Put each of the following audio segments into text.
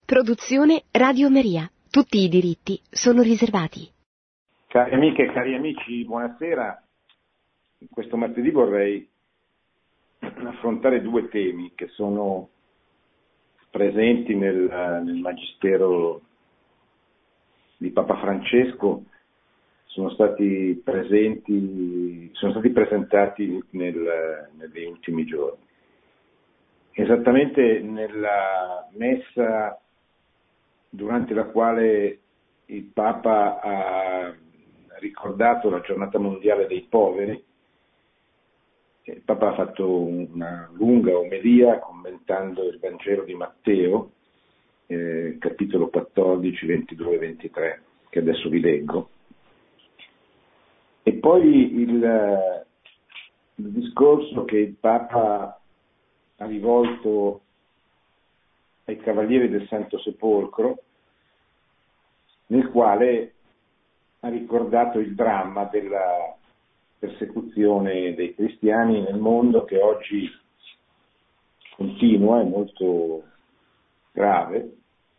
Produzione Radio Maria. Tutti i diritti sono riservati. Cari amiche e cari amici, buonasera. Questo martedì vorrei affrontare due temi che sono presenti nel Magistero di Papa Francesco, sono stati presentati negli ultimi giorni. Esattamente nella messa durante la quale il Papa ha ricordato la giornata mondiale dei poveri, il Papa ha fatto una lunga omelia commentando il Vangelo di Matteo, capitolo 14, 22 e 23, che adesso vi leggo. E poi il discorso che il Papa ha rivolto ai Cavalieri del Santo Sepolcro, nel quale ha ricordato il dramma della persecuzione dei cristiani nel mondo, che oggi continua, è molto grave,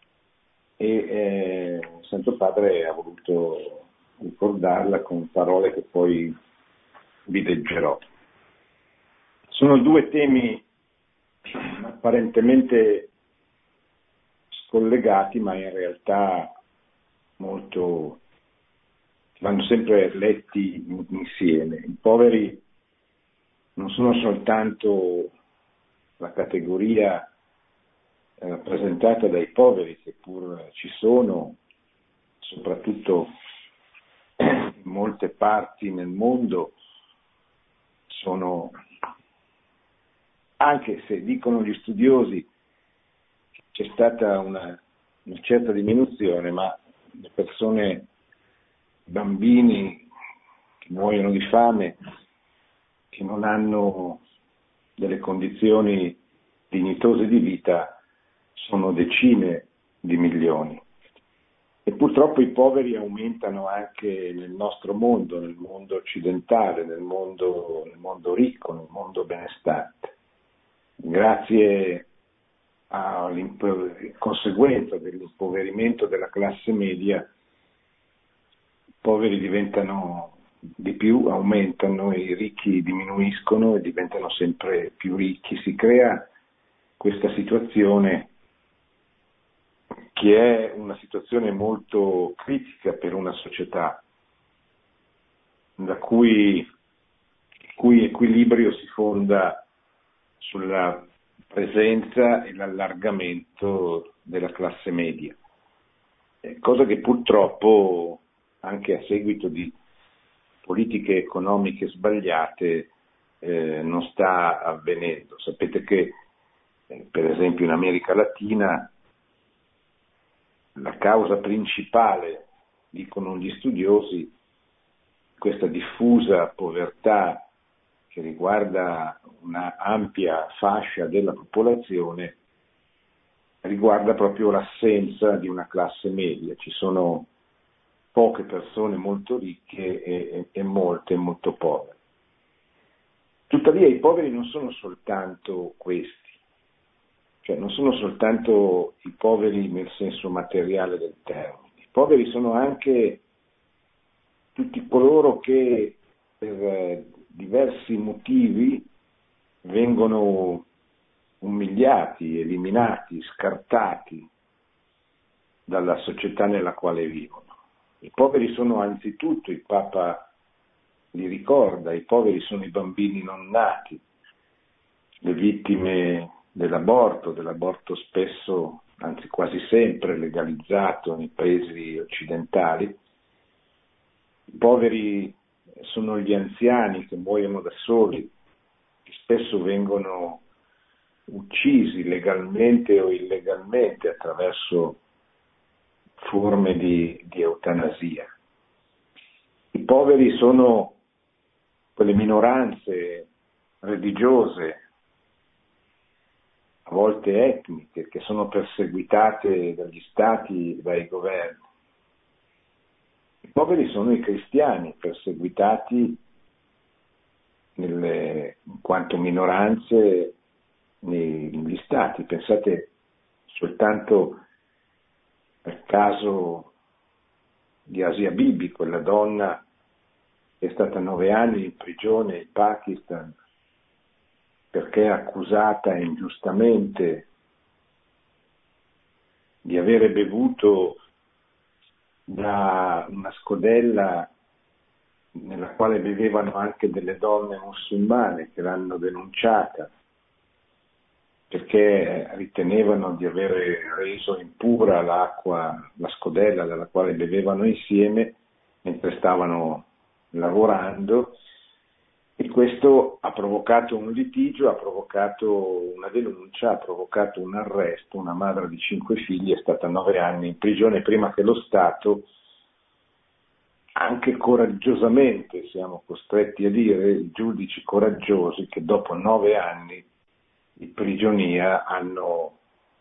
e il Santo Padre ha voluto ricordarla con parole che poi vi leggerò. Sono due temi apparentemente scollegati, ma in realtà vanno sempre letti insieme. I poveri non sono soltanto la categoria rappresentata dai poveri, che pur ci sono, soprattutto in molte parti nel mondo, sono, anche se dicono gli studiosi che c'è stata una certa diminuzione, ma le persone, i bambini che muoiono di fame, che non hanno delle condizioni dignitose di vita, sono decine di milioni. E purtroppo i poveri aumentano anche nel nostro mondo, nel mondo occidentale, nel mondo ricco, nel mondo benestante. Grazie alla conseguenza dell'impoverimento della classe media, i poveri diventano di più, aumentano, i ricchi diminuiscono e diventano sempre più ricchi. Si crea questa situazione che è una situazione molto critica per una società, il cui equilibrio si fonda sulla presenza e l'allargamento della classe media, cosa che purtroppo, anche a seguito di politiche economiche sbagliate, non sta avvenendo. Sapete che per esempio in America Latina la causa principale, dicono gli studiosi, questa diffusa povertà che riguarda una ampia fascia della popolazione, riguarda proprio l'assenza di una classe media. Ci sono poche persone molto ricche e molte molto povere. Tuttavia i poveri non sono soltanto questi, cioè non sono soltanto i poveri nel senso materiale del termine. I poveri sono anche tutti coloro che per diversi motivi vengono umiliati, eliminati, scartati dalla società nella quale vivono. I poveri sono anzitutto, il Papa li ricorda, i poveri sono i bambini non nati, le vittime dell'aborto spesso, anzi quasi sempre legalizzato nei paesi occidentali. I poveri sono gli anziani che muoiono da soli, che spesso vengono uccisi legalmente o illegalmente attraverso forme di eutanasia. I poveri sono quelle minoranze religiose, a volte etniche, che sono perseguitate dagli stati, dai governi. I poveri sono i cristiani perseguitati in quanto minoranze negli stati. Pensate soltanto il caso di Asia Bibi, quella donna che è stata 9 anni in prigione in Pakistan perché è accusata ingiustamente di avere bevuto da una scodella nella quale bevevano anche delle donne musulmane che l'hanno denunciata perché ritenevano di avere reso impura l'acqua, la scodella dalla quale bevevano insieme mentre stavano lavorando, e questo ha provocato un litigio, ha provocato una denuncia, ha provocato un arresto. Una madre di 5 figli è stata 9 anni in prigione prima che lo Stato, anche coraggiosamente siamo costretti a dire, i giudici coraggiosi che dopo 9 anni di prigionia hanno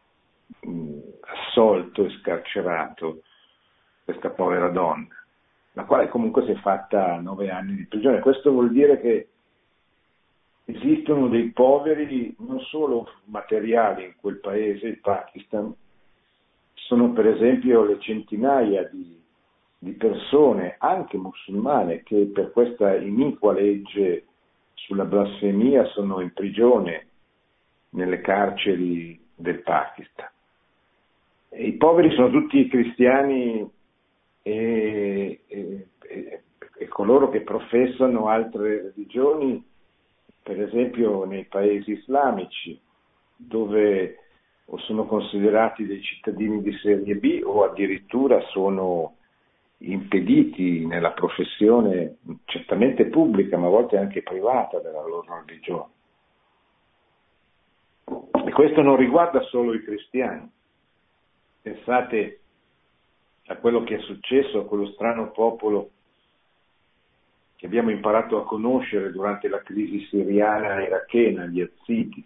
assolto e scarcerato questa povera donna, la quale comunque si è fatta 9 anni di prigione. Questo vuol dire che esistono dei poveri non solo materiali in quel paese, il Pakistan, sono per esempio le centinaia di persone, anche musulmane, che per questa iniqua legge sulla blasfemia sono in prigione nelle carceri del Pakistan. E i poveri sono tutti cristiani e coloro che professano altre religioni, per esempio nei paesi islamici, dove o sono considerati dei cittadini di serie B o addirittura sono impediti nella professione certamente pubblica, ma a volte anche privata della loro religione. E questo non riguarda solo i cristiani. Pensate a quello che è successo a quello strano popolo che abbiamo imparato a conoscere durante la crisi siriana e irachena, gli Yazidi.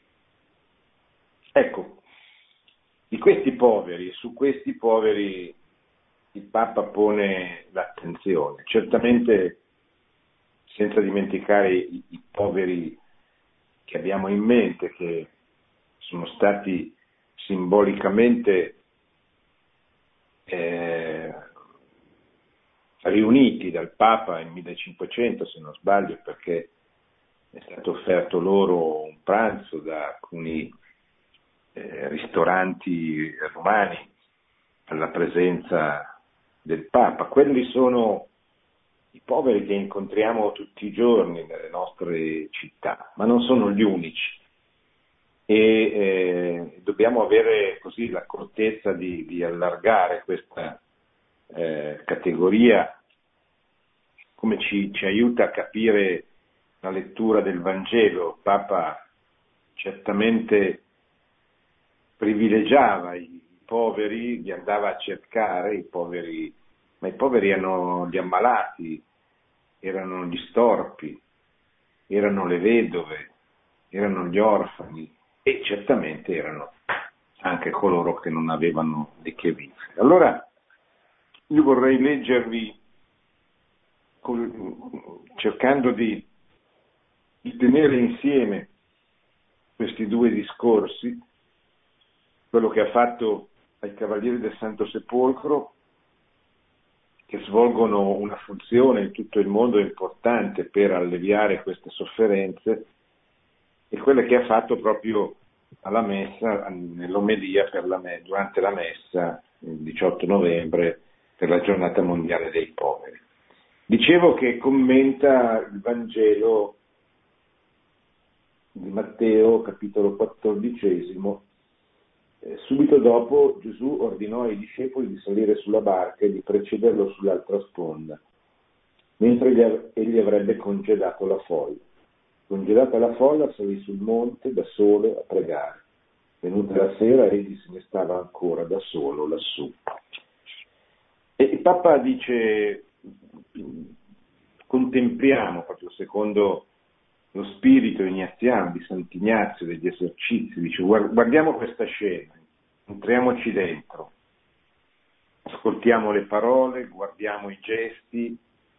Ecco, di questi poveri, su questi poveri il Papa pone l'attenzione, certamente senza dimenticare i poveri che abbiamo in mente, che sono stati simbolicamente riuniti dal Papa nel 1500, se non sbaglio, perché è stato offerto loro un pranzo da alcuni ristoranti romani alla presenza del Papa. Quelli sono i poveri che incontriamo tutti i giorni nelle nostre città, ma non sono gli unici. E dobbiamo avere così l'accortezza di allargare questa categoria, come ci aiuta a capire la lettura del Vangelo. Il Papa certamente privilegiava i poveri, li andava a cercare, i poveri, ma i poveri erano gli ammalati, erano gli storpi, erano le vedove, erano gli orfani e certamente erano anche coloro che non avevano di che vivere. Allora io vorrei leggervi, cercando di tenere insieme questi due discorsi, quello che ha fatto ai Cavalieri del Santo Sepolcro, che svolgono una funzione in tutto il mondo importante per alleviare queste sofferenze, e quelle che ha fatto proprio alla messa, nell'omelia durante la messa il 18 novembre per la giornata mondiale dei poveri. Dicevo che commenta il Vangelo di Matteo, capitolo 14. Subito dopo Gesù ordinò ai discepoli di salire sulla barca e di precederlo sull'altra sponda, mentre egli avrebbe congedato la folla. Congedata la folla, salì sul monte da solo a pregare. Venuta la sera, egli se ne stava ancora da solo lassù. E il Papa dice, contempliamo, proprio secondo lo spirito ignaziano di Sant'Ignazio degli Esercizi, dice, guardiamo questa scena, entriamoci dentro, ascoltiamo le parole, guardiamo i gesti,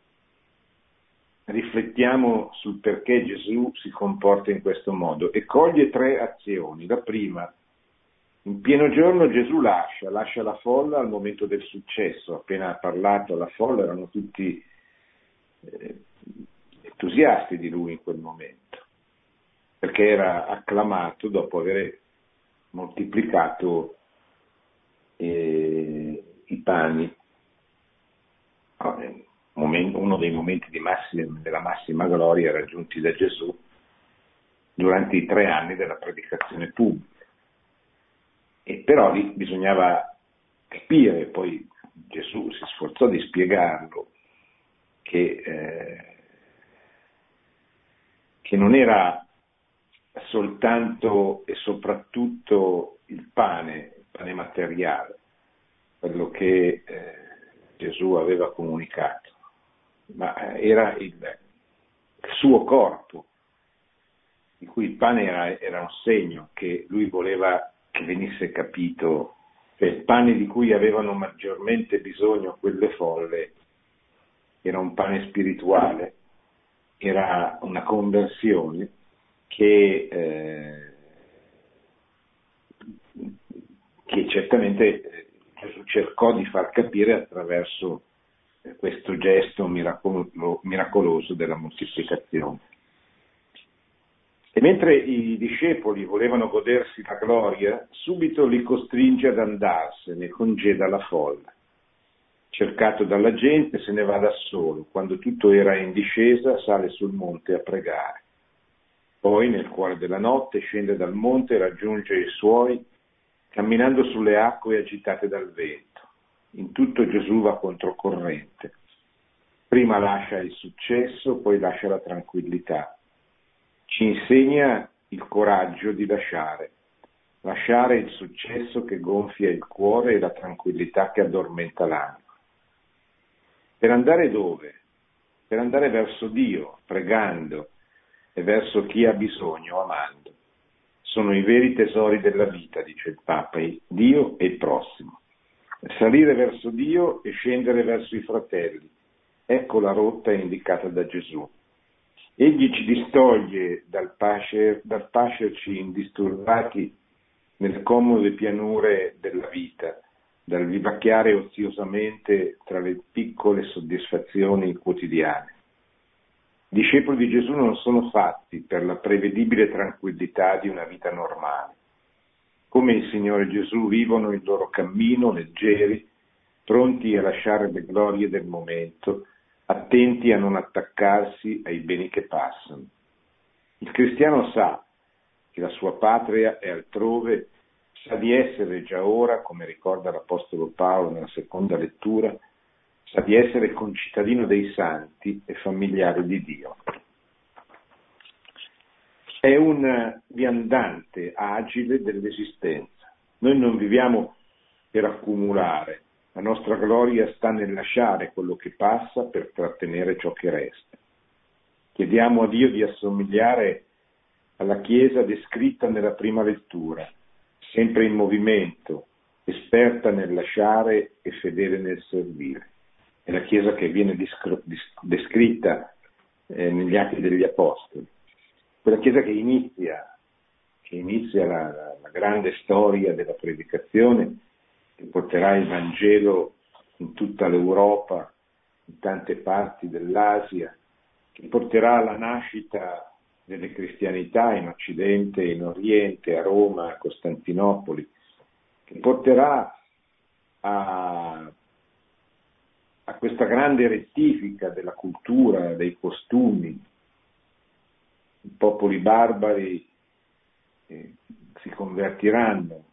riflettiamo sul perché Gesù si comporta in questo modo e coglie 3 azioni. La prima, In pieno giorno Gesù lascia la folla al momento del successo. Appena ha parlato alla folla erano tutti entusiasti di lui in quel momento, perché era acclamato dopo aver moltiplicato i pani. Uno dei momenti della massima gloria raggiunti da Gesù durante i 3 anni della predicazione pubblica. E però lì bisognava capire, poi Gesù si sforzò di spiegarlo, che non era soltanto e soprattutto il pane materiale, quello che Gesù aveva comunicato, ma era il suo corpo, di cui il pane era un segno che lui voleva che venisse capito, cioè il pane di cui avevano maggiormente bisogno quelle folle era un pane spirituale, era una conversione che certamente Gesù cercò di far capire attraverso questo gesto miracoloso della moltiplicazione. E mentre i discepoli volevano godersi la gloria, subito li costringe ad andarsene, congeda la folla. Cercato dalla gente, se ne va da solo. Quando tutto era in discesa, sale sul monte a pregare. Poi, nel cuore della notte, scende dal monte e raggiunge i suoi, camminando sulle acque agitate dal vento. In tutto Gesù va controcorrente. Prima lascia il successo, poi lascia la tranquillità. Ci insegna il coraggio di lasciare il successo che gonfia il cuore e la tranquillità che addormenta l'anima. Per andare dove? Per andare verso Dio, pregando, e verso chi ha bisogno, amando. Sono i veri tesori della vita, dice il Papa, Dio e il prossimo. Salire verso Dio e scendere verso i fratelli. Ecco la rotta indicata da Gesù. Egli ci distoglie dal pascerci indisturbati nelle comode pianure della vita, dal vivacchiare oziosamente tra le piccole soddisfazioni quotidiane. I discepoli di Gesù non sono fatti per la prevedibile tranquillità di una vita normale. Come il Signore Gesù vivono il loro cammino leggeri, pronti a lasciare le glorie del momento, attenti a non attaccarsi ai beni che passano. Il cristiano sa che la sua patria è altrove, sa di essere già ora, come ricorda l'Apostolo Paolo nella seconda lettura, sa di essere concittadino dei santi e familiare di Dio. È un viandante agile dell'esistenza. Noi non viviamo per accumulare, la nostra gloria sta nel lasciare quello che passa per trattenere ciò che resta. Chiediamo a Dio di assomigliare alla Chiesa descritta nella prima lettura, sempre in movimento, esperta nel lasciare e fedele nel servire. È la Chiesa che viene descritta negli Atti degli Apostoli. Quella Chiesa che inizia la grande storia della predicazione, che porterà il Vangelo in tutta l'Europa, in tante parti dell'Asia, che porterà alla nascita delle cristianità in Occidente e in Oriente, a Roma, a Costantinopoli, che porterà a questa grande rettifica della cultura, dei costumi. I popoli barbari si convertiranno,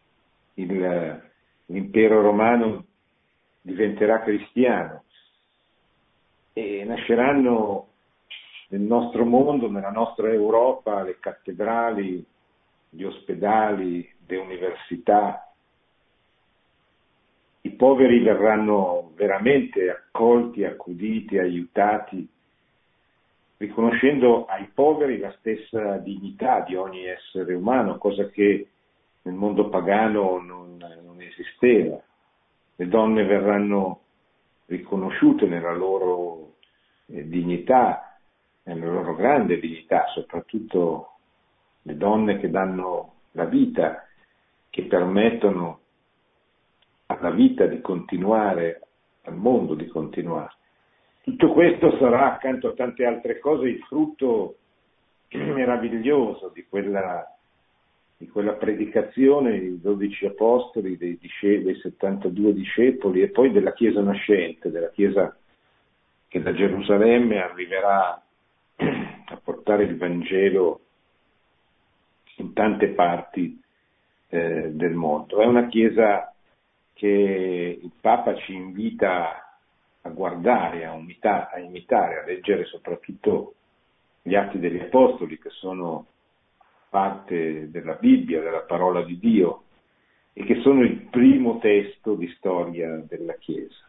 l'impero romano diventerà cristiano e nasceranno nel nostro mondo, nella nostra Europa, le cattedrali, gli ospedali, le università. I poveri verranno veramente accolti, accuditi, aiutati, riconoscendo ai poveri la stessa dignità di ogni essere umano, cosa che nel mondo pagano non esisteva. Le donne verranno riconosciute nella loro dignità, nella loro grande dignità, soprattutto le donne che danno la vita che permettono alla vita di continuare, al mondo di continuare. Tutto questo sarà, accanto a tante altre cose, il frutto meraviglioso di quella predicazione dei 12 apostoli, dei 72 discepoli e poi della Chiesa nascente, della Chiesa che da Gerusalemme arriverà a portare il Vangelo in tante parti del mondo. È una Chiesa che il Papa ci invita a guardare, a imitare, a leggere soprattutto gli Atti degli Apostoli, che sono parte della Bibbia, della parola di Dio, e che sono il primo testo di storia della Chiesa.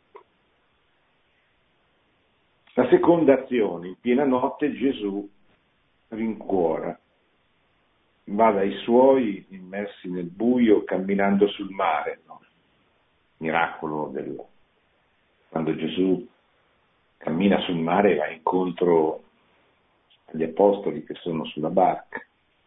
La seconda azione: in piena notte Gesù rincuora, va dai suoi immersi nel buio camminando sul mare, no? Miracolo quando Gesù cammina sul mare va incontro agli apostoli che sono sulla barca.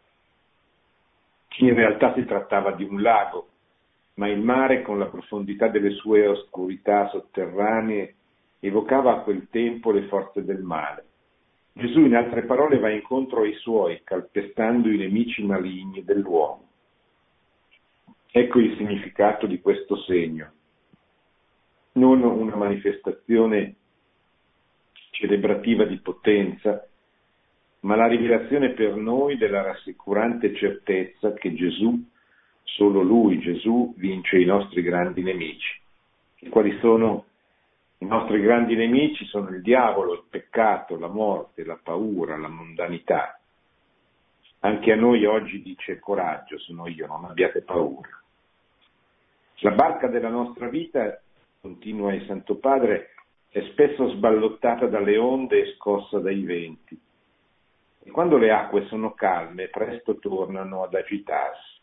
In realtà si trattava di un lago, ma il mare, con la profondità delle sue oscurità sotterranee, evocava a quel tempo le forze del male. Gesù, in altre parole, va incontro ai suoi, calpestando i nemici maligni dell'uomo. Ecco il significato di questo segno. Non una manifestazione celebrativa di potenza, ma la rivelazione per noi della rassicurante certezza che Gesù, solo Lui, Gesù, vince i nostri grandi nemici. E quali sono i nostri grandi nemici? Sono il diavolo, il peccato, la morte, la paura, la mondanità. Anche a noi oggi dice: coraggio, sono io, non abbiate paura. La barca della nostra vita, continua il Santo Padre, è spesso sballottata dalle onde e scossa dai venti. E quando le acque sono calme, presto tornano ad agitarsi.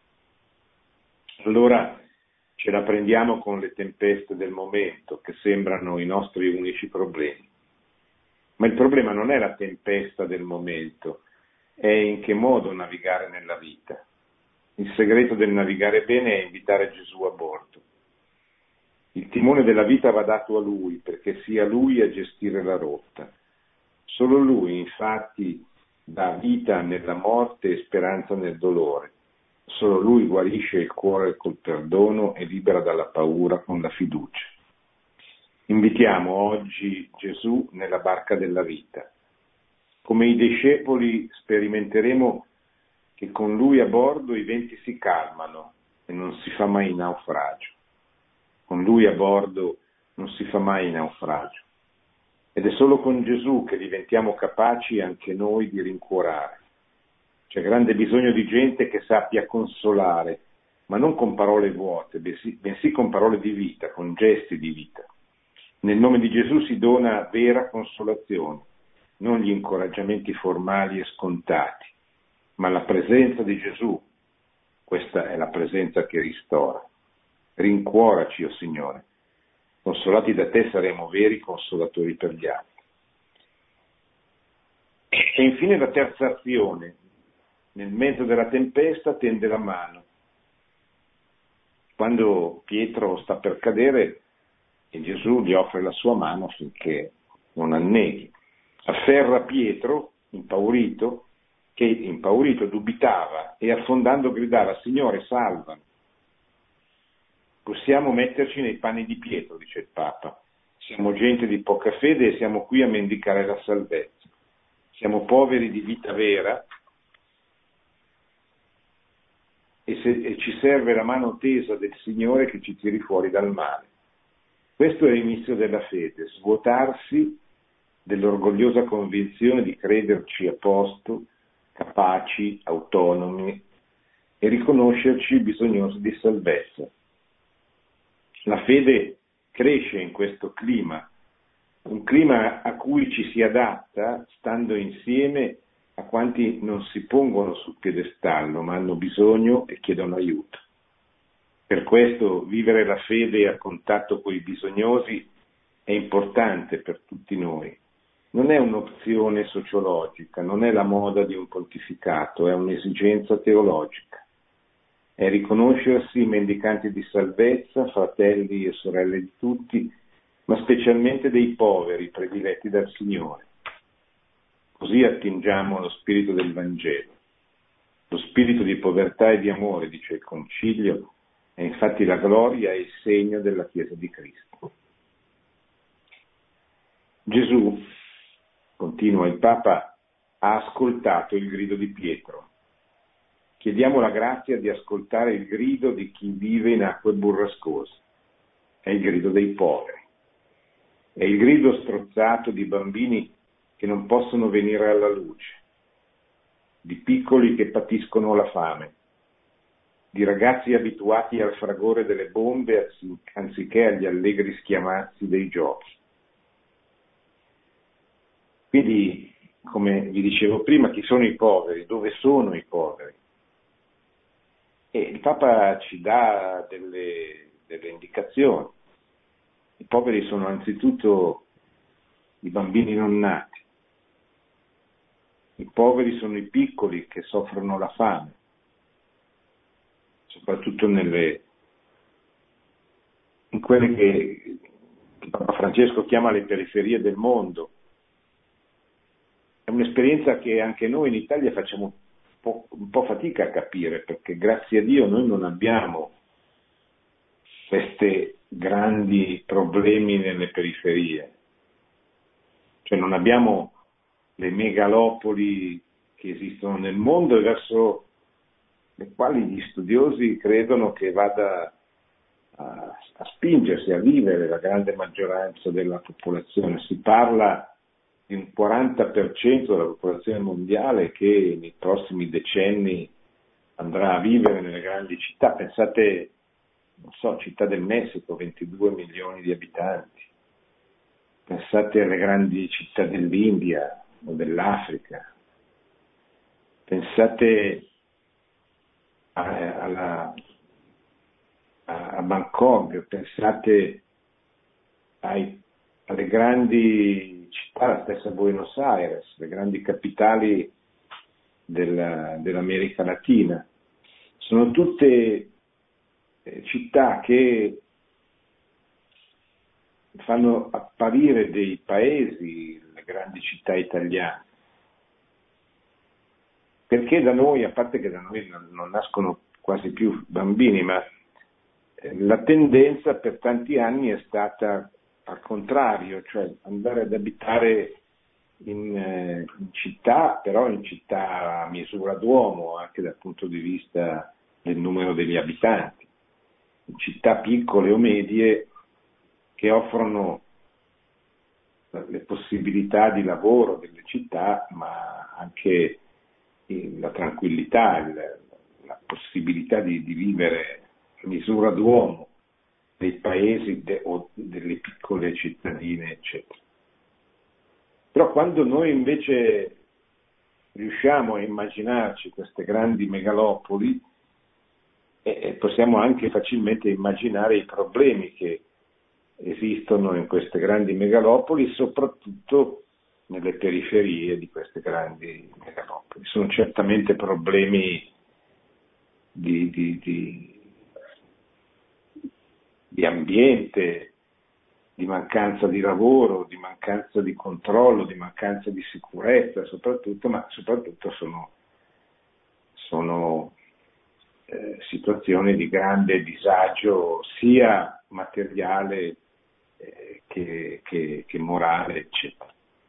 Allora ce la prendiamo con le tempeste del momento, che sembrano i nostri unici problemi. Ma il problema non è la tempesta del momento, è in che modo navigare nella vita. Il segreto del navigare bene è invitare Gesù a bordo. Il timone della vita va dato a Lui, perché sia Lui a gestire la rotta. Solo Lui, infatti, dà vita nella morte e speranza nel dolore. Solo Lui guarisce il cuore col perdono e libera dalla paura con la fiducia. Invitiamo oggi Gesù nella barca della vita. Come i discepoli sperimenteremo che con Lui a bordo i venti si calmano e non si fa mai naufragio. Con Lui a bordo non si fa mai naufragio. Ed è solo con Gesù che diventiamo capaci anche noi di rincuorare. C'è grande bisogno di gente che sappia consolare, ma non con parole vuote, bensì con parole di vita, con gesti di vita. Nel nome di Gesù si dona vera consolazione, non gli incoraggiamenti formali e scontati, ma la presenza di Gesù. Questa è la presenza che ristora. Rincuoraci, o Signore. Consolati da te saremo veri consolatori per gli altri. E infine la terza azione. Nel mezzo della tempesta tende la mano. Quando Pietro sta per cadere, e Gesù gli offre la sua mano affinché non anneghi. Afferra Pietro, impaurito, che impaurito dubitava e affondando gridava: Signore, salvami. Possiamo metterci nei panni di Pietro, dice il Papa. Siamo gente di poca fede e siamo qui a mendicare la salvezza. Siamo poveri di vita vera e ci serve la mano tesa del Signore che ci tiri fuori dal male. Questo è l'inizio della fede, svuotarsi dell'orgogliosa convinzione di crederci a posto, capaci, autonomi e riconoscerci bisognosi di salvezza. La fede cresce in questo clima, un clima a cui ci si adatta stando insieme a quanti non si pongono sul piedestallo, ma hanno bisogno e chiedono aiuto. Per questo vivere la fede a contatto con i bisognosi è importante per tutti noi. Non è un'opzione sociologica, non è la moda di un pontificato, è un'esigenza teologica. è riconoscersi mendicanti di salvezza, fratelli e sorelle di tutti, ma specialmente dei poveri prediletti dal Signore. Così attingiamo lo spirito del Vangelo. Lo spirito di povertà e di amore, dice il Concilio, è infatti la gloria e il segno della Chiesa di Cristo. Gesù, continua il Papa, ha ascoltato il grido di Pietro. Chiediamo la grazia di ascoltare il grido di chi vive in acque burrascose. È il grido dei poveri. È il grido strozzato di bambini che non possono venire alla luce, di piccoli che patiscono la fame, di ragazzi abituati al fragore delle bombe anziché agli allegri schiamazzi dei giochi. Quindi, come vi dicevo prima, chi sono i poveri? Dove sono i poveri? E il Papa ci dà delle indicazioni. I poveri sono anzitutto i bambini non nati. I poveri sono i piccoli che soffrono la fame, soprattutto in quelle che Papa Francesco chiama le periferie del mondo. È un'esperienza che anche noi in Italia facciamo un po' fatica a capire, perché grazie a Dio noi non abbiamo questi grandi problemi nelle periferie. Cioè non abbiamo le megalopoli che esistono nel mondo e verso le quali gli studiosi credono che vada a spingersi a vivere la grande maggioranza della popolazione. Si parla di un 40% della popolazione mondiale che nei prossimi decenni andrà a vivere nelle grandi città. Pensate, non so, Città del Messico, 22 milioni di abitanti. Pensate alle grandi città dell'India o dell'Africa. Pensate a Bangkok, pensate alle grandi città, la stessa Buenos Aires, le grandi capitali dell'America Latina. Sono tutte città che fanno apparire dei paesi, le grandi città italiane. Perché da noi, a parte che da noi non nascono quasi più bambini, ma la tendenza per tanti anni è stata al contrario, cioè andare ad abitare in città, però in città a misura d'uomo, anche dal punto di vista del numero degli abitanti, in città piccole o medie che offrono le possibilità di lavoro delle città, ma anche la tranquillità, la possibilità di vivere a misura d'uomo dei paesi o delle piccole cittadine, eccetera. Però quando noi invece riusciamo a immaginarci queste grandi megalopoli, possiamo anche facilmente immaginare i problemi che esistono in queste grandi megalopoli, soprattutto nelle periferie di queste grandi megalopoli. Sono certamente problemi di ambiente, di mancanza di lavoro, di mancanza di controllo, di mancanza di sicurezza soprattutto, ma soprattutto sono situazioni di grande disagio sia materiale che morale, eccetera.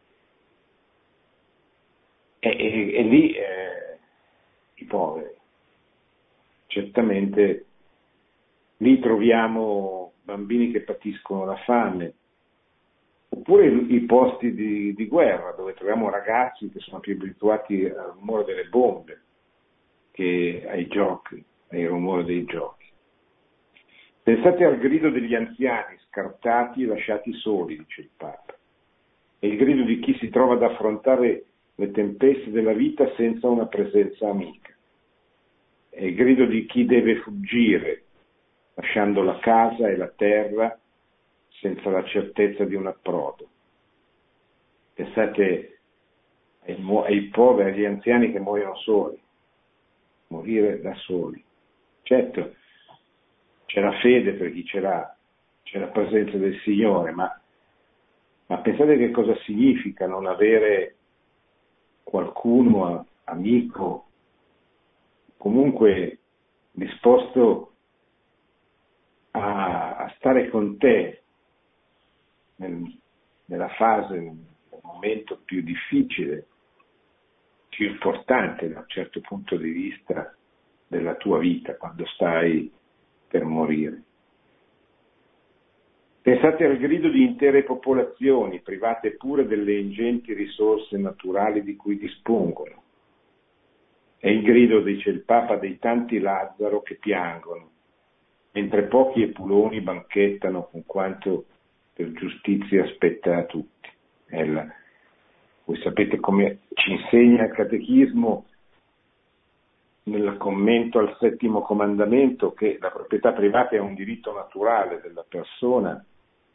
E lì i poveri. Certamente lì troviamo bambini che patiscono la fame, oppure i posti di guerra, dove troviamo ragazzi che sono più abituati al rumore delle bombe che ai giochi, ai rumori dei giochi. Pensate al grido degli anziani scartati e lasciati soli, dice il Papa. È il grido di chi si trova ad affrontare le tempeste della vita senza una presenza amica. È il grido di chi deve fuggire, lasciando la casa e la terra senza la certezza di un approdo. Pensate ai poveri, agli anziani che muoiono soli, morire da soli. Certo, c'è la fede per chi ce l'ha, c'è la presenza del Signore, ma pensate che cosa significa non avere qualcuno, amico, comunque disposto a stare con te nella fase, nel momento più difficile, più importante da un certo punto di vista della tua vita, quando stai per morire. Pensate al grido di intere popolazioni, private pure delle ingenti risorse naturali di cui dispongono. È il grido, dice il Papa, dei tanti Lazzaro che piangono, mentre pochi epuloni banchettano con quanto per giustizia spetta a tutti. Voi sapete come ci insegna il Catechismo nel commento al settimo comandamento, che la proprietà privata è un diritto naturale della persona,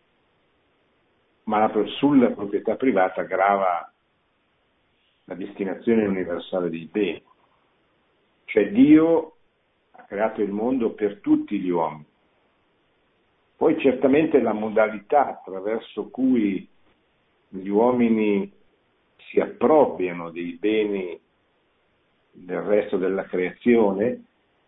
ma sulla proprietà privata grava la destinazione universale dei beni. Cioè Dio ha creato il mondo per tutti gli uomini. Poi certamente la modalità attraverso cui gli uomini si appropriano dei beni del resto della creazione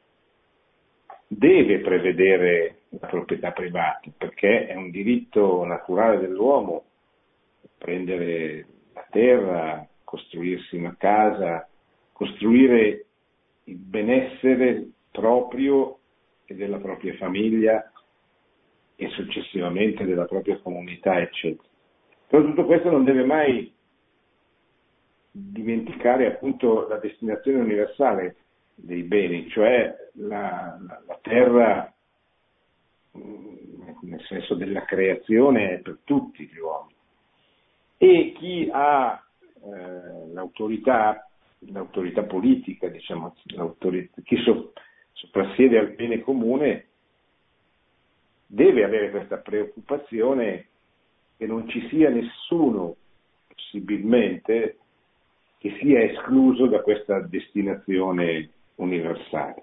deve prevedere la proprietà privata, perché è un diritto naturale dell'uomo prendere la terra, costruirsi una casa, costruire il benessere proprio e della propria famiglia e successivamente della propria comunità, eccetera. Però tutto questo non deve mai dimenticare appunto la destinazione universale dei beni, cioè la terra nel senso della creazione è per tutti gli uomini. E chi ha l'autorità politica, diciamo, chi soprassiede al bene comune, deve avere questa preoccupazione che non ci sia nessuno, possibilmente, che sia escluso da questa destinazione universale.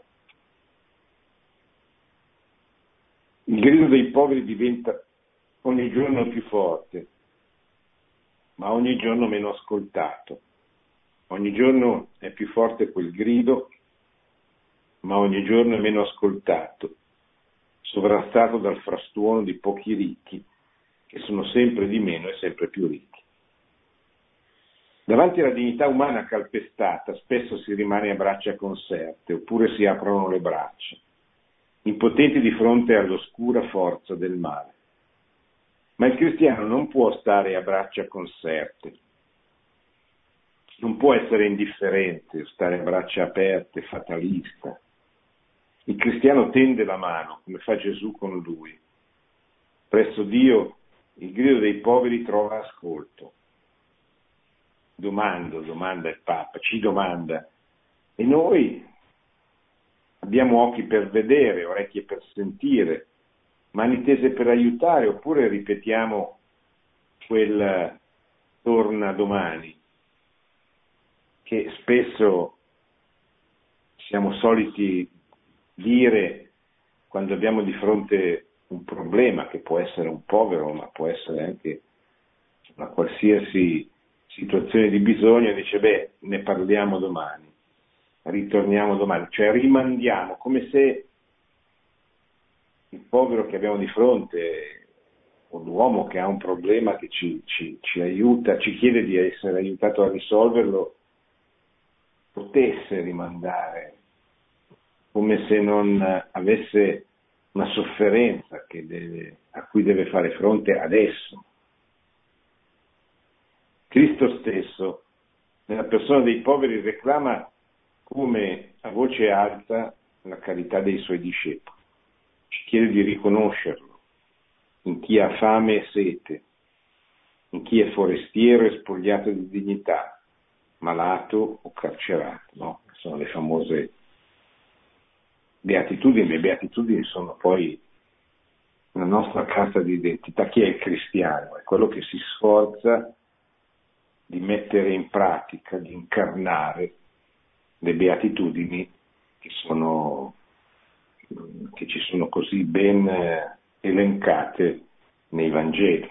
Il grido dei poveri diventa ogni giorno più forte, ma ogni giorno meno ascoltato. Ogni giorno è più forte quel grido, ma ogni giorno è meno ascoltato, sovrastato dal frastuono di pochi ricchi, che sono sempre di meno e sempre più ricchi. Davanti alla dignità umana calpestata, spesso si rimane a braccia conserte, oppure si aprono le braccia, impotenti di fronte all'oscura forza del male. Ma il cristiano non può stare a braccia conserte, non può essere indifferente, stare a braccia aperte, fatalista. Il cristiano tende la mano, come fa Gesù con lui. Presso Dio il grido dei poveri trova ascolto. Domanda il Papa, ci domanda. E noi abbiamo occhi per vedere, orecchie per sentire, mani tese per aiutare, oppure ripetiamo quel torna domani, che spesso siamo soliti dire quando abbiamo di fronte un problema, che può essere un povero, ma può essere anche una qualsiasi situazione di bisogno, dice ne parliamo domani, ritorniamo domani, cioè rimandiamo, come se il povero che abbiamo di fronte o l'uomo che ha un problema che ci aiuta, ci chiede di essere aiutato a risolverlo, potesse rimandare, come se non avesse una sofferenza a cui deve fare fronte adesso. Cristo stesso, nella persona dei poveri, reclama come a voce alta la carità dei suoi discepoli. Ci chiede di riconoscerlo in chi ha fame e sete, in chi è forestiero e spogliato di dignità, malato o carcerato, no? Sono le famose beatitudini. Le beatitudini sono poi la nostra carta di identità. Chi è il cristiano? È quello che si sforza di mettere in pratica, di incarnare le beatitudini che sono che ci sono così ben elencate nei Vangeli.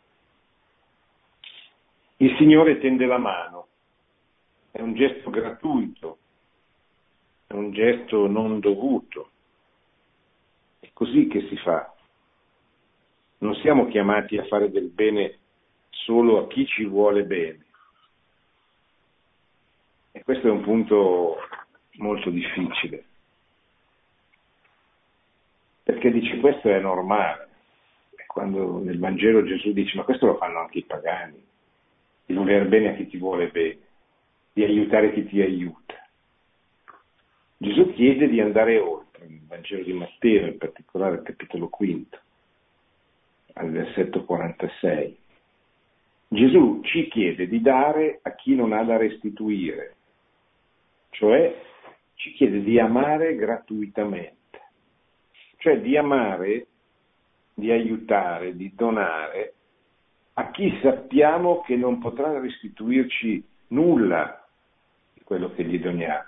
Il Signore tende la mano, è un gesto gratuito, è un gesto non dovuto, è così che si fa. Non siamo chiamati a fare del bene solo a chi ci vuole bene. E questo è un punto molto difficile. Perché dice questo è normale. Quando nel Vangelo Gesù dice ma questo lo fanno anche i pagani, di voler bene a chi ti vuole bene, di aiutare chi ti aiuta. Gesù chiede di andare oltre, nel Vangelo di Matteo, in particolare al capitolo 5, al versetto 46. Gesù ci chiede di dare a chi non ha da restituire, cioè ci chiede di amare gratuitamente, cioè di amare, di aiutare, di donare a chi sappiamo che non potrà restituirci nulla di quello che gli doniamo.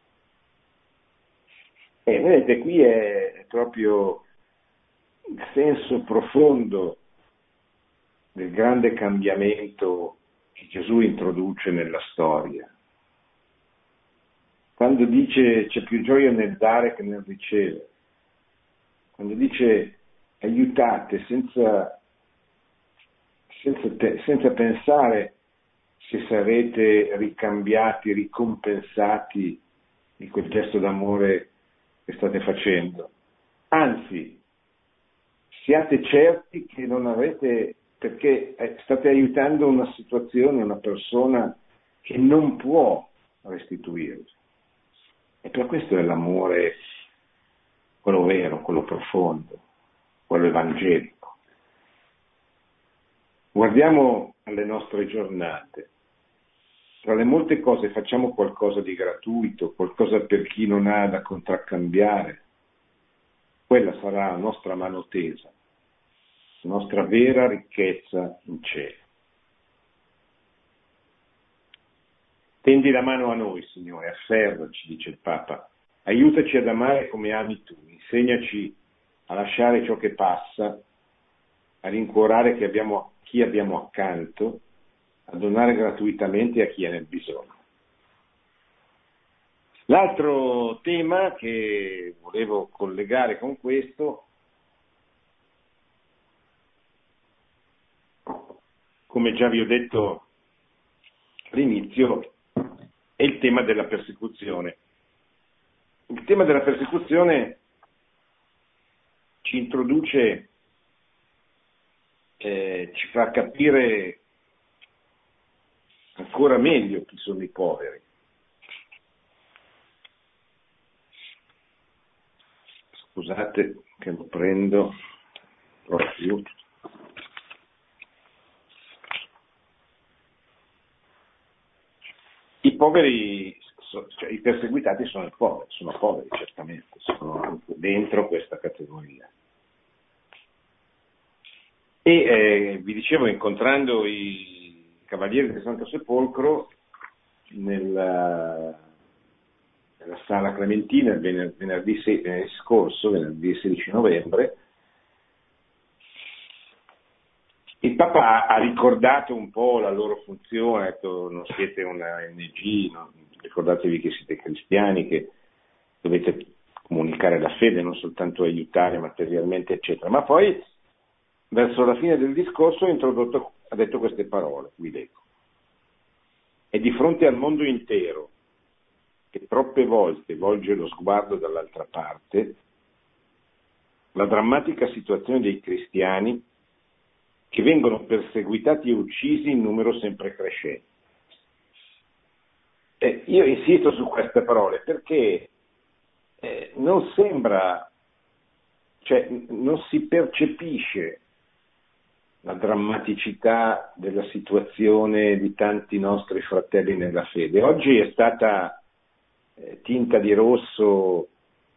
E vedete, qui è proprio il senso profondo del grande cambiamento che Gesù introduce nella storia. Quando dice c'è più gioia nel dare che nel ricevere, quando dice aiutate senza pensare se sarete ricambiati, ricompensati di quel gesto d'amore che state facendo. Anzi, siate certi che non avete, perché state aiutando una situazione, una persona che non può restituirvi. E per questo è l'amore, quello vero, quello profondo, quello evangelico. Guardiamo alle nostre giornate. Tra le molte cose facciamo qualcosa di gratuito, qualcosa per chi non ha da contraccambiare. Quella sarà la nostra mano tesa, la nostra vera ricchezza in cielo. Tendi la mano a noi, Signore, afferraci, dice il Papa. Aiutaci ad amare come ami tu, insegnaci a lasciare ciò che passa, a rincuorare chi abbiamo accanto, a donare gratuitamente a chi è nel bisogno. L'altro tema che volevo collegare con questo, come già vi ho detto all'inizio, è il tema della persecuzione. Il tema della persecuzione ci introduce, ci fa capire ancora meglio chi sono i poveri. Scusate che lo prendo proprio. I poveri, cioè i perseguitati sono poveri certamente, sono dentro questa categoria. E vi dicevo, incontrando i Cavalieri del Santo Sepolcro nella Sala Clementina il venerdì scorso, venerdì 16 novembre, il Papa ha ricordato un po' la loro funzione, ha detto non siete una ONG, no? Ricordatevi che siete cristiani, che dovete comunicare la fede, non soltanto aiutare materialmente, eccetera. Ma poi, verso la fine del discorso, ha detto queste parole, vi leggo. E di fronte al mondo intero, che troppe volte volge lo sguardo dall'altra parte, la drammatica situazione dei cristiani che vengono perseguitati e uccisi in numero sempre crescente. Io insisto su queste parole perché non sembra, cioè non si percepisce la drammaticità della situazione di tanti nostri fratelli nella fede. Oggi è stata tinta di rosso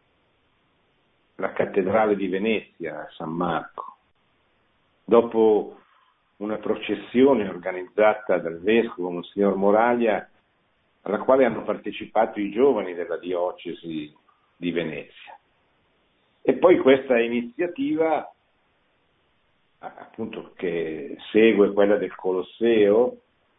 la cattedrale di Venezia, San Marco, dopo una processione organizzata dal vescovo Monsignor Moraglia, alla quale hanno partecipato i giovani della diocesi di Venezia. E poi questa iniziativa, appunto, che segue quella del Colosseo,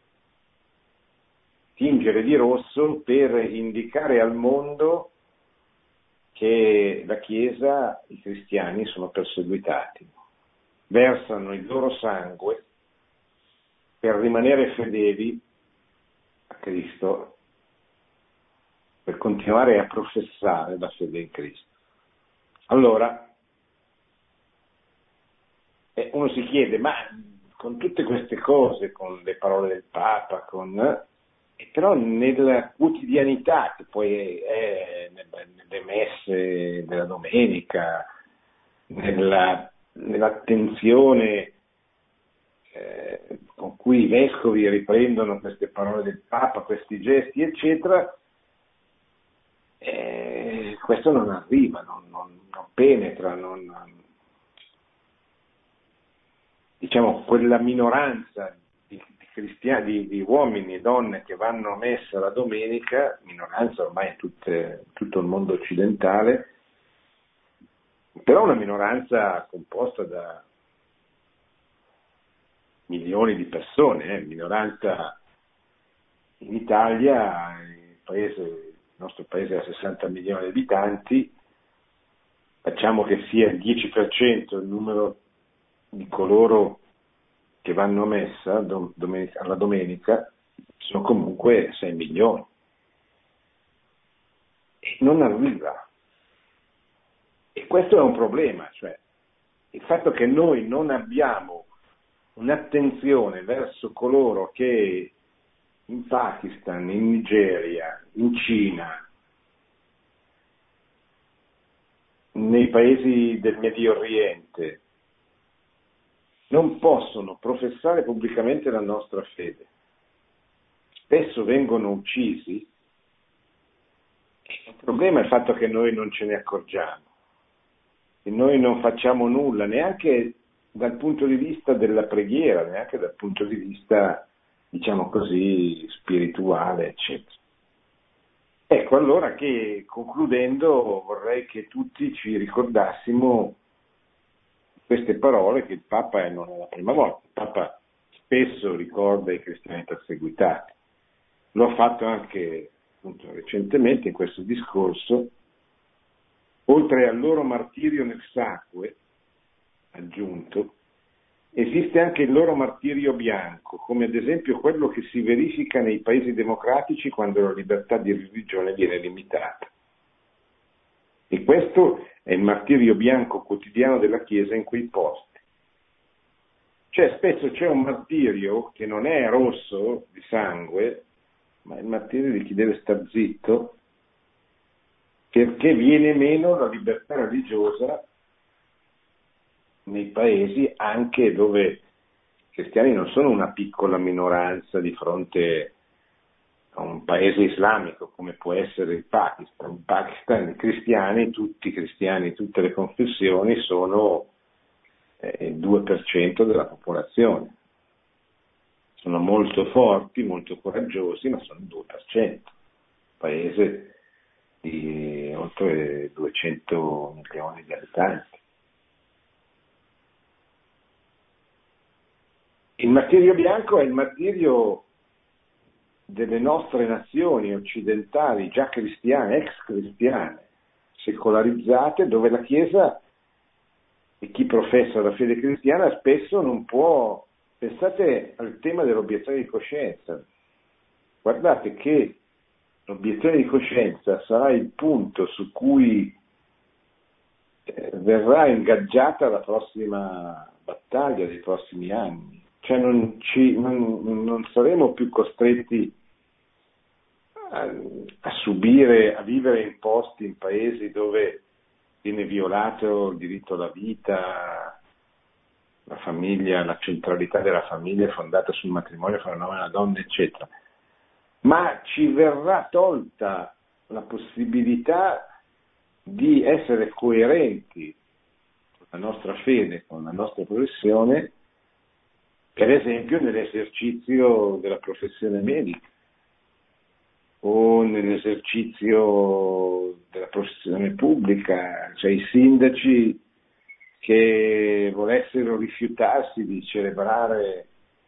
tingere di rosso per indicare al mondo che la Chiesa, i cristiani sono perseguitati, versano il loro sangue per rimanere fedeli a Cristo, per continuare a professare la fede in Cristo. Allora, uno si chiede, ma con tutte queste cose, con le parole del Papa, però nella quotidianità, che poi è nelle messe della domenica, nell'attenzione con cui i vescovi riprendono queste parole del Papa, questi gesti, eccetera, questo non arriva, non penetra, diciamo, quella minoranza di cristiani, di uomini e donne che vanno a messa la domenica, minoranza ormai in tutto il mondo occidentale, però una minoranza composta da milioni di persone, minoranza in Italia, il nostro paese ha 60 milioni di abitanti, facciamo che sia il 10% il numero di coloro che vanno a messa alla domenica, sono comunque 6 milioni. E non arriva. E questo è un problema, cioè il fatto che noi non abbiamo un'attenzione verso coloro che in Pakistan, in Nigeria, in Cina, nei paesi del Medio Oriente, non possono professare pubblicamente la nostra fede. Spesso vengono uccisi. Il problema è il fatto che noi non ce ne accorgiamo, che noi non facciamo nulla, neanche dal punto di vista della preghiera, neanche dal punto di vista, diciamo così, spirituale, eccetera. Ecco, allora che, concludendo, vorrei che tutti ci ricordassimo queste parole che il Papa non è la prima volta. Il Papa spesso ricorda i cristiani perseguitati. Lo ha fatto anche appunto, recentemente in questo discorso. Oltre al loro martirio nel sangue, aggiunto, esiste anche il loro martirio bianco, come ad esempio quello che si verifica nei paesi democratici quando la libertà di religione viene limitata. E questo è il martirio bianco quotidiano della Chiesa in quei posti. Cioè spesso c'è un martirio che non è rosso di sangue, ma è il martirio di chi deve star zitto, perché viene meno la libertà religiosa nei paesi anche dove i cristiani non sono una piccola minoranza di fronte a un paese islamico come può essere il Pakistan. In Pakistan i cristiani, tutti i cristiani, tutte le confessioni sono il 2% della popolazione. Sono molto forti, molto coraggiosi, ma sono il 2%. Paese di oltre 200 milioni di abitanti. Il martirio bianco è il martirio delle nostre nazioni occidentali, già cristiane, ex cristiane, secolarizzate, dove la Chiesa e chi professa la fede cristiana spesso non può. Pensate al tema dell'obiezione di coscienza. Guardate che l'obiezione di coscienza sarà il punto su cui verrà ingaggiata la prossima battaglia dei prossimi anni. Cioè non saremo più costretti a subire, a vivere in posti, in paesi dove viene violato il diritto alla vita, la famiglia, la centralità della famiglia è fondata sul matrimonio fra un uomo e una donna, eccetera. Ma ci verrà tolta la possibilità di essere coerenti con la nostra fede, con la nostra professione, per esempio nell'esercizio della professione medica. o nell'esercizio della professione pubblica, cioè i sindaci che volessero rifiutarsi di celebrare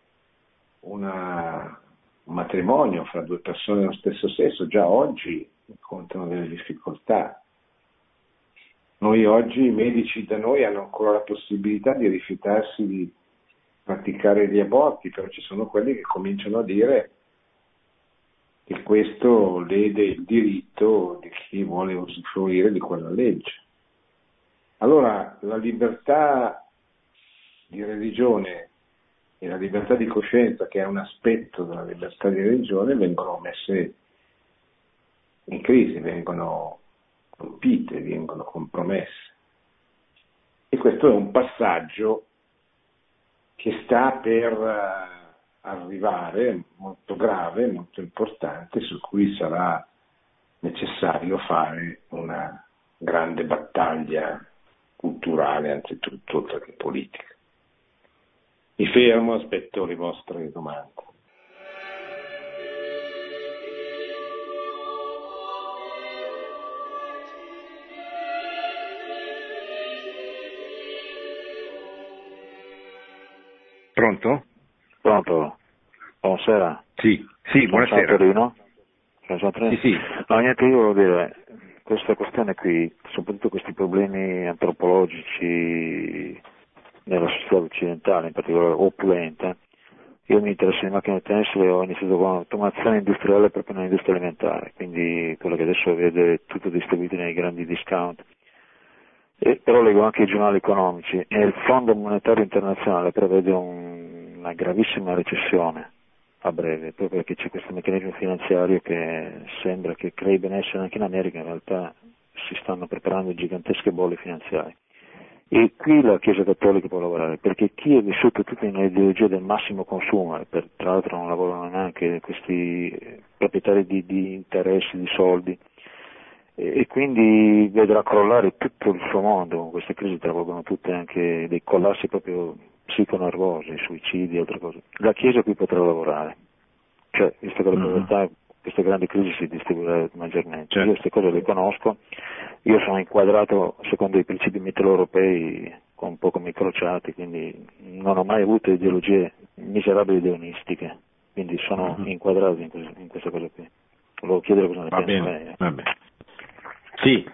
un matrimonio fra due persone dello stesso sesso, già oggi incontrano delle difficoltà. Noi oggi, i medici da noi hanno ancora la possibilità di rifiutarsi di praticare gli aborti, però ci sono quelli che cominciano a dire che questo lede il diritto di chi vuole usufruire di quella legge. Allora la libertà di religione e la libertà di coscienza, che è un aspetto della libertà di religione, vengono messe in crisi, vengono colpite, vengono compromesse. E questo è un passaggio che sta per arrivare, molto grave, molto importante, su cui sarà necessario fare una grande battaglia culturale anzitutto, oltre che politica. Mi fermo, aspetto le vostre domande. Pronto? Pronto? Buonasera. Sì, buonasera. Sono Torino. Sì. No, niente, io volevo dire, questa questione qui, soprattutto questi problemi antropologici nella società occidentale, in particolare opulenta, io mi interesso di macchine tessili, ho iniziato con automazione industriale proprio nell'industria alimentare, quindi quello che adesso vede tutto distribuito nei grandi discount. Però leggo anche i giornali economici e il Fondo Monetario Internazionale prevede una gravissima recessione a breve, proprio perché c'è questo meccanismo finanziario che sembra che crei benessere anche in America, in realtà si stanno preparando gigantesche bolle finanziarie. E qui la Chiesa Cattolica può lavorare, perché chi è vissuto tutto in un'ideologia del massimo consumo, e tra l'altro non lavorano neanche questi proprietari di interessi, di soldi, e quindi vedrà crollare tutto il suo mondo. Queste crisi travolgono tutte anche dei collassi proprio psiconervosi, suicidi e altre cose. La Chiesa qui potrà lavorare, cioè visto che la povertà, queste grandi crisi si distribuirà maggiormente. Certo. Io queste cose le conosco, io sono inquadrato secondo i principi mitteleuropei un po' come i crociati, quindi non ho mai avuto ideologie miserabili ideonistiche, quindi sono inquadrato in queste cose qui. Volevo chiedere cosa ne pensa lei. Va bene. Sì,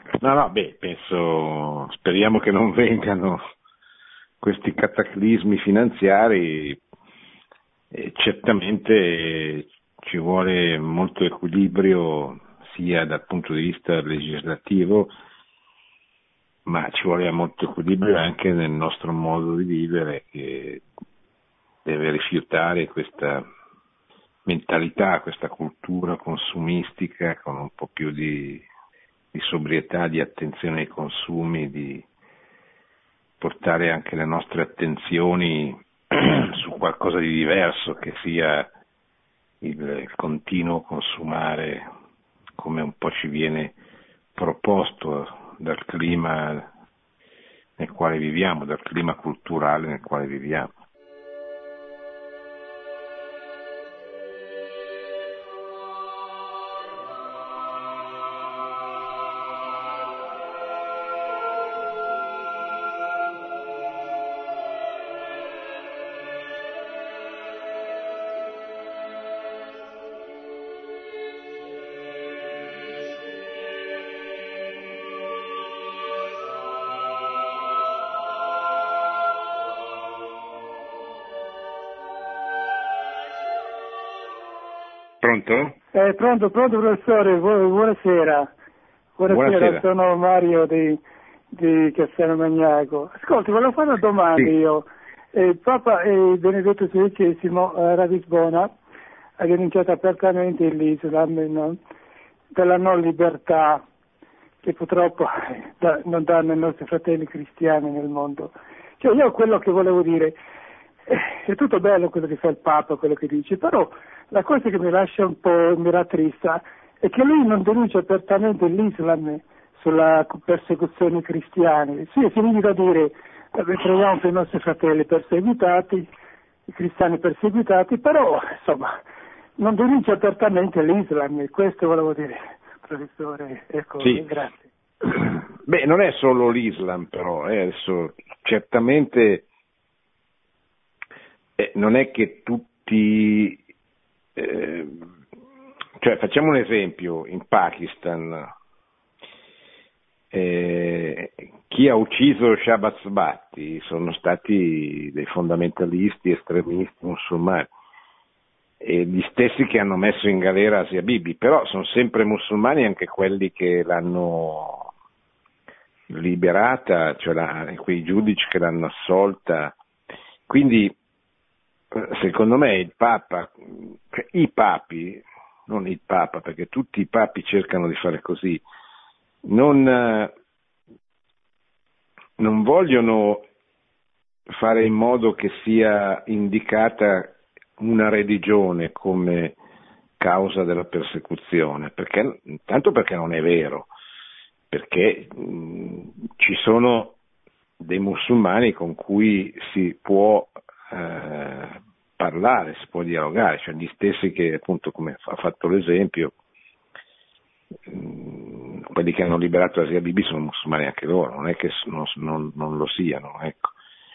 penso, speriamo che non vengano questi cataclismi finanziari, e certamente ci vuole molto equilibrio sia dal punto di vista legislativo, ma ci vuole molto equilibrio anche nel nostro modo di vivere, che deve rifiutare questa mentalità, questa cultura consumistica con un po' più di sobrietà, di attenzione ai consumi, di portare anche le nostre attenzioni su qualcosa di diverso, che sia il continuo consumare come un po' ci viene proposto dal clima nel quale viviamo, dal clima culturale nel quale viviamo. Pronto? Pronto professore, buonasera. Buonasera, sono Mario di Castello Magnaco. Ascolti, volevo fare una domanda io. Papa Benedetto XVI a Ratisbona ha denunciato apertamente l'Islam, no? Della non libertà che purtroppo non danno i nostri fratelli cristiani nel mondo. Cioè, io quello che volevo dire, è tutto bello quello che fa il Papa, quello che dice, però la cosa che mi lascia un po' mi rattrista è che lui non denuncia apertamente l'Islam sulla persecuzione cristiana. Sì, si limita a dire preghiamo per i nostri fratelli perseguitati, i cristiani perseguitati, però insomma non denuncia apertamente l'Islam, e questo volevo dire, professore. Ecco, sì. Grazie. Beh, non è solo l'Islam, però, adesso certamente non è che tutti, cioè facciamo un esempio, in Pakistan chi ha ucciso Shahbaz Bhatti sono stati dei fondamentalisti estremisti musulmani, e gli stessi che hanno messo in galera Asia Bibi, però sono sempre musulmani anche quelli che l'hanno liberata, cioè quei giudici che l'hanno assolta. Quindi secondo me il Papa, cioè i papi, non il Papa, perché tutti i papi cercano di fare così, non vogliono fare in modo che sia indicata una religione come causa della persecuzione, perché intanto perché non è vero, perché ci sono dei musulmani con cui si può parlare, si può dialogare, cioè gli stessi che appunto, come ha fatto l'esempio, quelli che hanno liberato Asia Bibi sono musulmani anche loro, non è che non lo siano, ecco.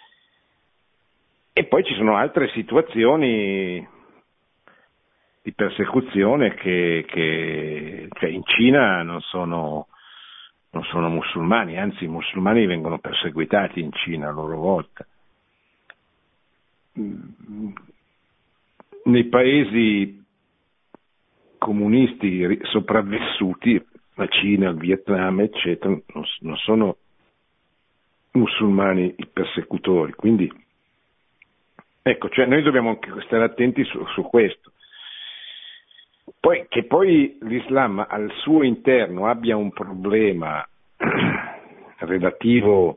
E poi ci sono altre situazioni di persecuzione che cioè in Cina non sono musulmani, anzi i musulmani vengono perseguitati in Cina a loro volta. Nei paesi comunisti sopravvissuti, la Cina, il Vietnam, eccetera, non sono musulmani i persecutori, quindi ecco, cioè noi dobbiamo anche stare attenti su questo. Poi che poi l'Islam al suo interno abbia un problema relativo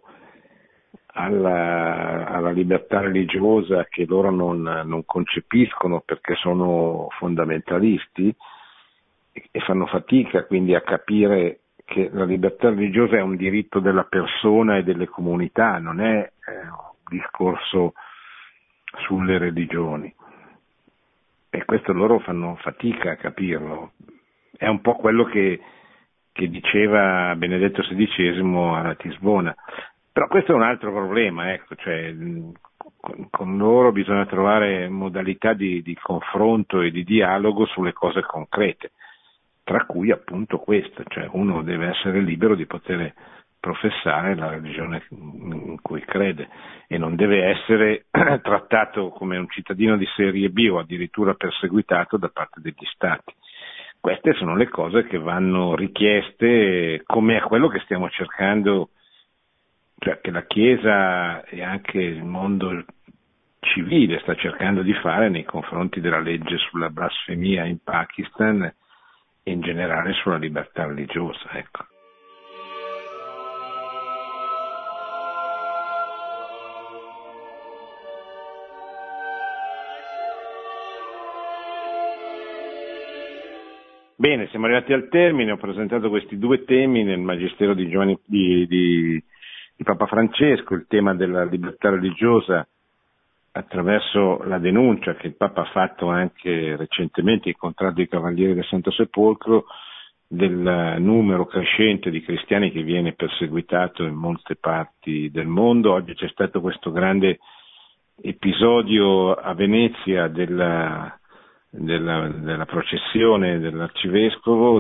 alla libertà religiosa che loro non concepiscono perché sono fondamentalisti e fanno fatica quindi a capire che la libertà religiosa è un diritto della persona e delle comunità, non è un discorso sulle religioni, e questo loro fanno fatica a capirlo. È un po' quello che diceva Benedetto XVI a Ratisbona, però questo è un altro problema, ecco, cioè con loro bisogna trovare modalità di confronto e di dialogo sulle cose concrete, tra cui appunto questo, cioè uno deve essere libero di poter professare la religione in cui crede e non deve essere trattato come un cittadino di serie B o addirittura perseguitato da parte degli stati. Queste sono le cose che vanno richieste, come a quello che stiamo cercando, cioè che la Chiesa e anche il mondo civile sta cercando di fare nei confronti della legge sulla blasfemia in Pakistan e in generale sulla libertà religiosa, ecco. Bene, siamo arrivati al termine, ho presentato questi due temi nel Magistero di Papa Francesco, il tema della libertà religiosa attraverso la denuncia che il Papa ha fatto anche recentemente, incontrando i Cavalieri del Santo Sepolcro, del numero crescente di cristiani che viene perseguitato in molte parti del mondo. Oggi c'è stato questo grande episodio a Venezia della processione dell'arcivescovo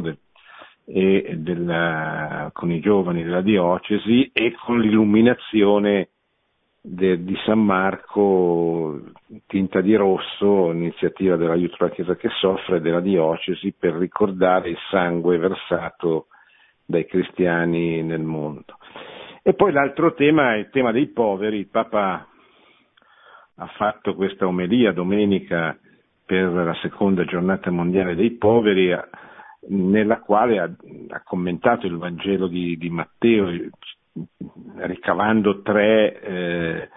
con i giovani della diocesi e con l'illuminazione di San Marco tinta di rosso, iniziativa dell'Aiuto alla Chiesa che soffre della diocesi per ricordare il sangue versato dai cristiani nel mondo. E poi l'altro tema è il tema dei poveri. Il Papa ha fatto questa omelia domenica per la seconda giornata mondiale dei poveri, nella quale ha commentato il Vangelo di Matteo, ricavando tre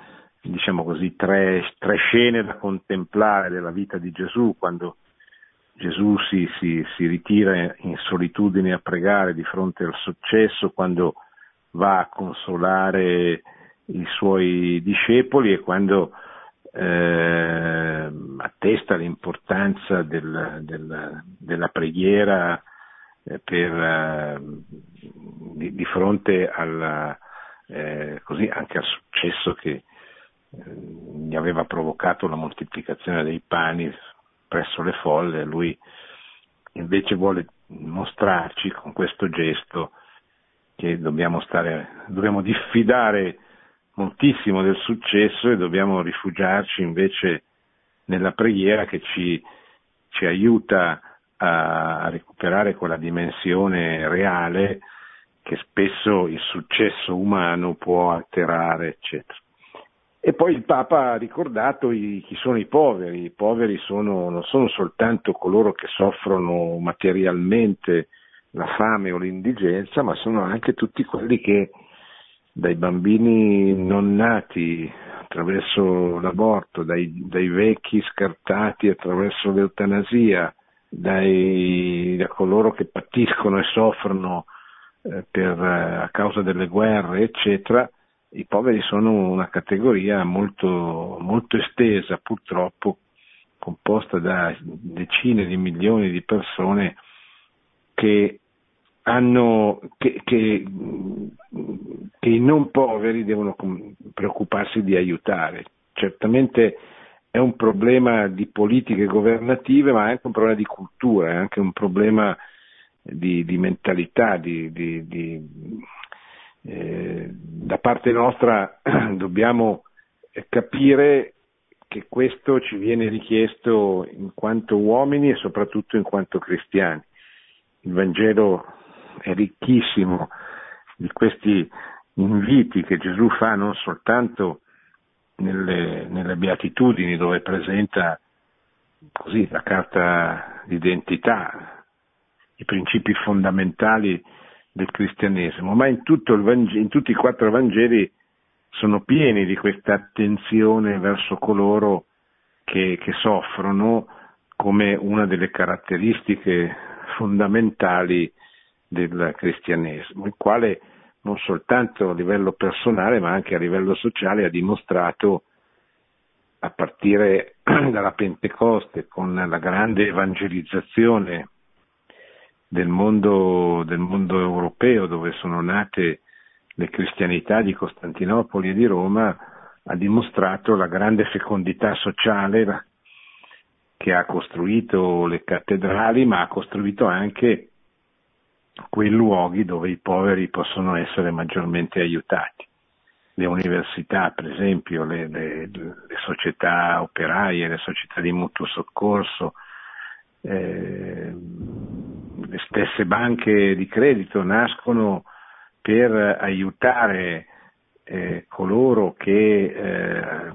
scene da contemplare della vita di Gesù, quando Gesù si ritira in solitudine a pregare di fronte al successo, quando va a consolare i suoi discepoli e quando attesta l'importanza della preghiera di fronte così anche al successo che gli aveva provocato la moltiplicazione dei pani presso le folle. Lui invece mostrarci con questo gesto che dobbiamo diffidare moltissimo del successo e dobbiamo rifugiarci invece nella preghiera che ci aiuta a recuperare quella dimensione reale che spesso il successo umano può alterare, eccetera. E poi il Papa ha ricordato chi sono i poveri. I poveri non sono soltanto coloro che soffrono materialmente la fame o l'indigenza, ma sono anche tutti quelli che dai bambini non nati attraverso l'aborto, dai vecchi scartati attraverso l'eutanasia, da coloro che patiscono e soffrono a causa delle guerre, eccetera. I poveri sono una categoria molto, molto estesa, purtroppo, composta da decine di milioni di persone che i non poveri devono preoccuparsi di aiutare. Certamente è un problema di politiche governative, ma è anche un problema di cultura, è anche un problema di mentalità, da parte nostra dobbiamo capire che questo ci viene richiesto in quanto uomini e soprattutto in quanto cristiani. Il Vangelo è ricchissimo di questi inviti che Gesù fa non soltanto nelle Beatitudini, dove presenta così la carta d'identità, i principi fondamentali del cristianesimo, ma in tutti i 4 Vangeli sono pieni di questa attenzione verso coloro che soffrono come una delle caratteristiche fondamentali del cristianesimo, il quale non soltanto a livello personale ma anche a livello sociale ha dimostrato, a partire dalla Pentecoste, con la grande evangelizzazione del mondo europeo, dove sono nate le cristianità di Costantinopoli e di Roma, ha dimostrato la grande fecondità sociale che ha costruito le cattedrali, ma ha costruito anche quei luoghi dove i poveri possono essere maggiormente aiutati. Le università, per esempio, le società operaie, le società di mutuo soccorso, le stesse banche di credito nascono per aiutare coloro che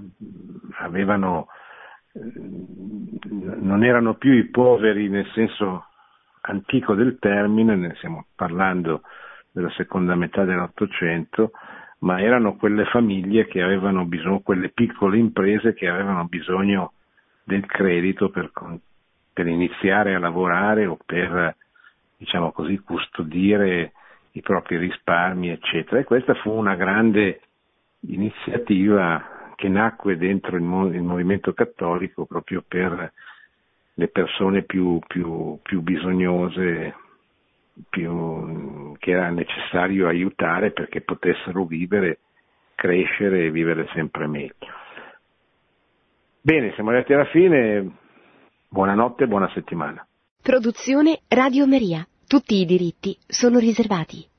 non erano più i poveri nel senso antico del termine, ne stiamo parlando della seconda metà dell'Ottocento, ma erano quelle famiglie che avevano bisogno, quelle piccole imprese che avevano bisogno del credito per iniziare a lavorare o per, diciamo così, custodire i propri risparmi, eccetera. E questa fu una grande iniziativa che nacque dentro il movimento cattolico proprio per le persone più bisognose, che era necessario aiutare perché potessero vivere, crescere e vivere sempre meglio. Bene, siamo arrivati alla fine. Buonanotte e buona settimana. Produzione Radio Maria. Tutti i diritti sono riservati.